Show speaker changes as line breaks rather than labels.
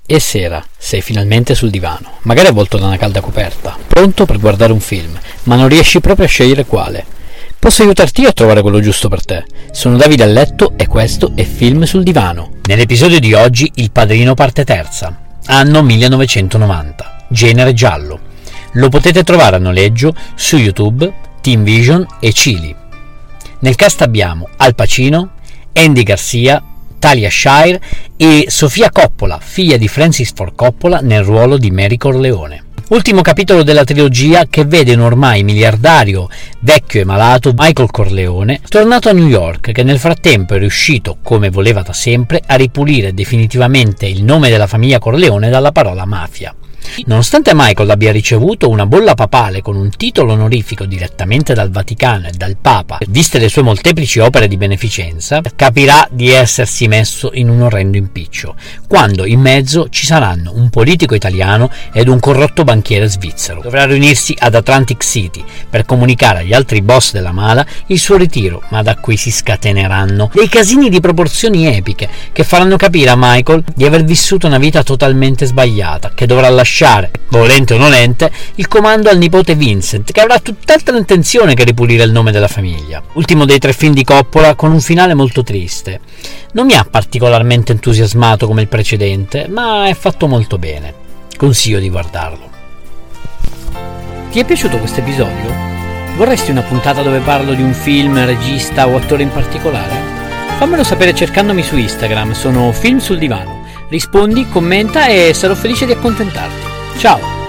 E sera, sei finalmente sul divano, magari avvolto da una calda coperta, pronto per guardare un film, ma non riesci proprio a scegliere quale. Posso aiutarti io a trovare quello giusto per te. Sono Davide a letto e questo è Film sul divano. Nell'episodio di oggi Il Padrino parte terza, anno 1990, genere giallo. Lo potete trovare a noleggio su YouTube, Team Vision e Chili. Nel cast abbiamo Al Pacino, Andy Garcia, Talia Shire e Sofia Coppola, figlia di Francis Ford Coppola, nel ruolo di Mary Corleone. Ultimo capitolo della trilogia che vede un ormai miliardario, vecchio e malato Michael Corleone tornato a New York, che nel frattempo è riuscito, come voleva da sempre, a ripulire definitivamente il nome della famiglia Corleone dalla parola mafia. Nonostante Michael abbia ricevuto una bolla papale con un titolo onorifico direttamente dal Vaticano e dal Papa, viste le sue molteplici opere di beneficenza, capirà di essersi messo in un orrendo impiccio, quando in mezzo ci saranno un politico italiano ed un corrotto banchiere svizzero. Dovrà riunirsi ad Atlantic City per comunicare agli altri boss della mala il suo ritiro, ma da qui si scateneranno dei casini di proporzioni epiche che faranno capire a Michael di aver vissuto una vita totalmente sbagliata, che dovrà lasciare, volente o nolente, il comando al nipote Vincent, che avrà tutt'altra intenzione che ripulire il nome della famiglia. Ultimo dei 3 film di Coppola con un finale molto triste. Non mi ha particolarmente entusiasmato come il precedente, ma è fatto molto bene. Consiglio di guardarlo. Ti è piaciuto questo episodio? Vorresti una puntata dove parlo di un film, regista o attore in particolare? Fammelo sapere cercandomi su Instagram, sono Film sul divano. Rispondi, commenta e sarò felice di accontentarti. Ciao!